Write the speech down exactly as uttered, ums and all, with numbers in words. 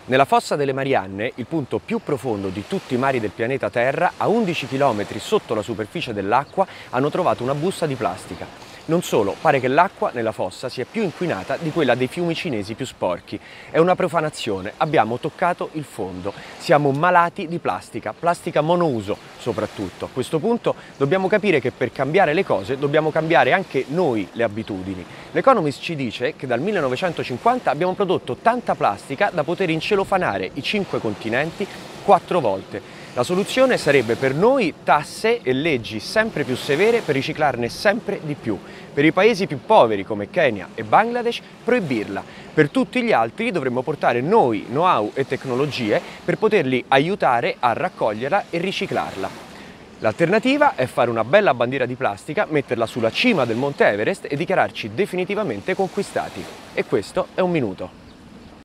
Nella fossa delle Marianne, il punto più profondo di tutti i mari del pianeta Terra, a undici chilometri sotto la superficie dell'acqua, hanno trovato una busta di plastica. Non solo, pare che l'acqua nella fossa sia più inquinata di quella dei fiumi cinesi più sporchi. È una profanazione, abbiamo toccato il fondo. Siamo malati di plastica, plastica monouso soprattutto. A questo punto dobbiamo capire che per cambiare le cose dobbiamo cambiare anche noi le abitudini. L'Economist ci dice che dal millenovecentocinquanta abbiamo prodotto tanta plastica da poter incelofanare i cinque continenti quattro volte. La soluzione sarebbe per noi tasse e leggi sempre più severe per riciclarne sempre di più. Per i paesi più poveri come Kenya e Bangladesh proibirla. Per tutti gli altri dovremmo portare noi know-how e tecnologie per poterli aiutare a raccoglierla e riciclarla. L'alternativa è fare una bella bandiera di plastica, metterla sulla cima del Monte Everest e dichiararci definitivamente conquistati. E questo è Un Minuto.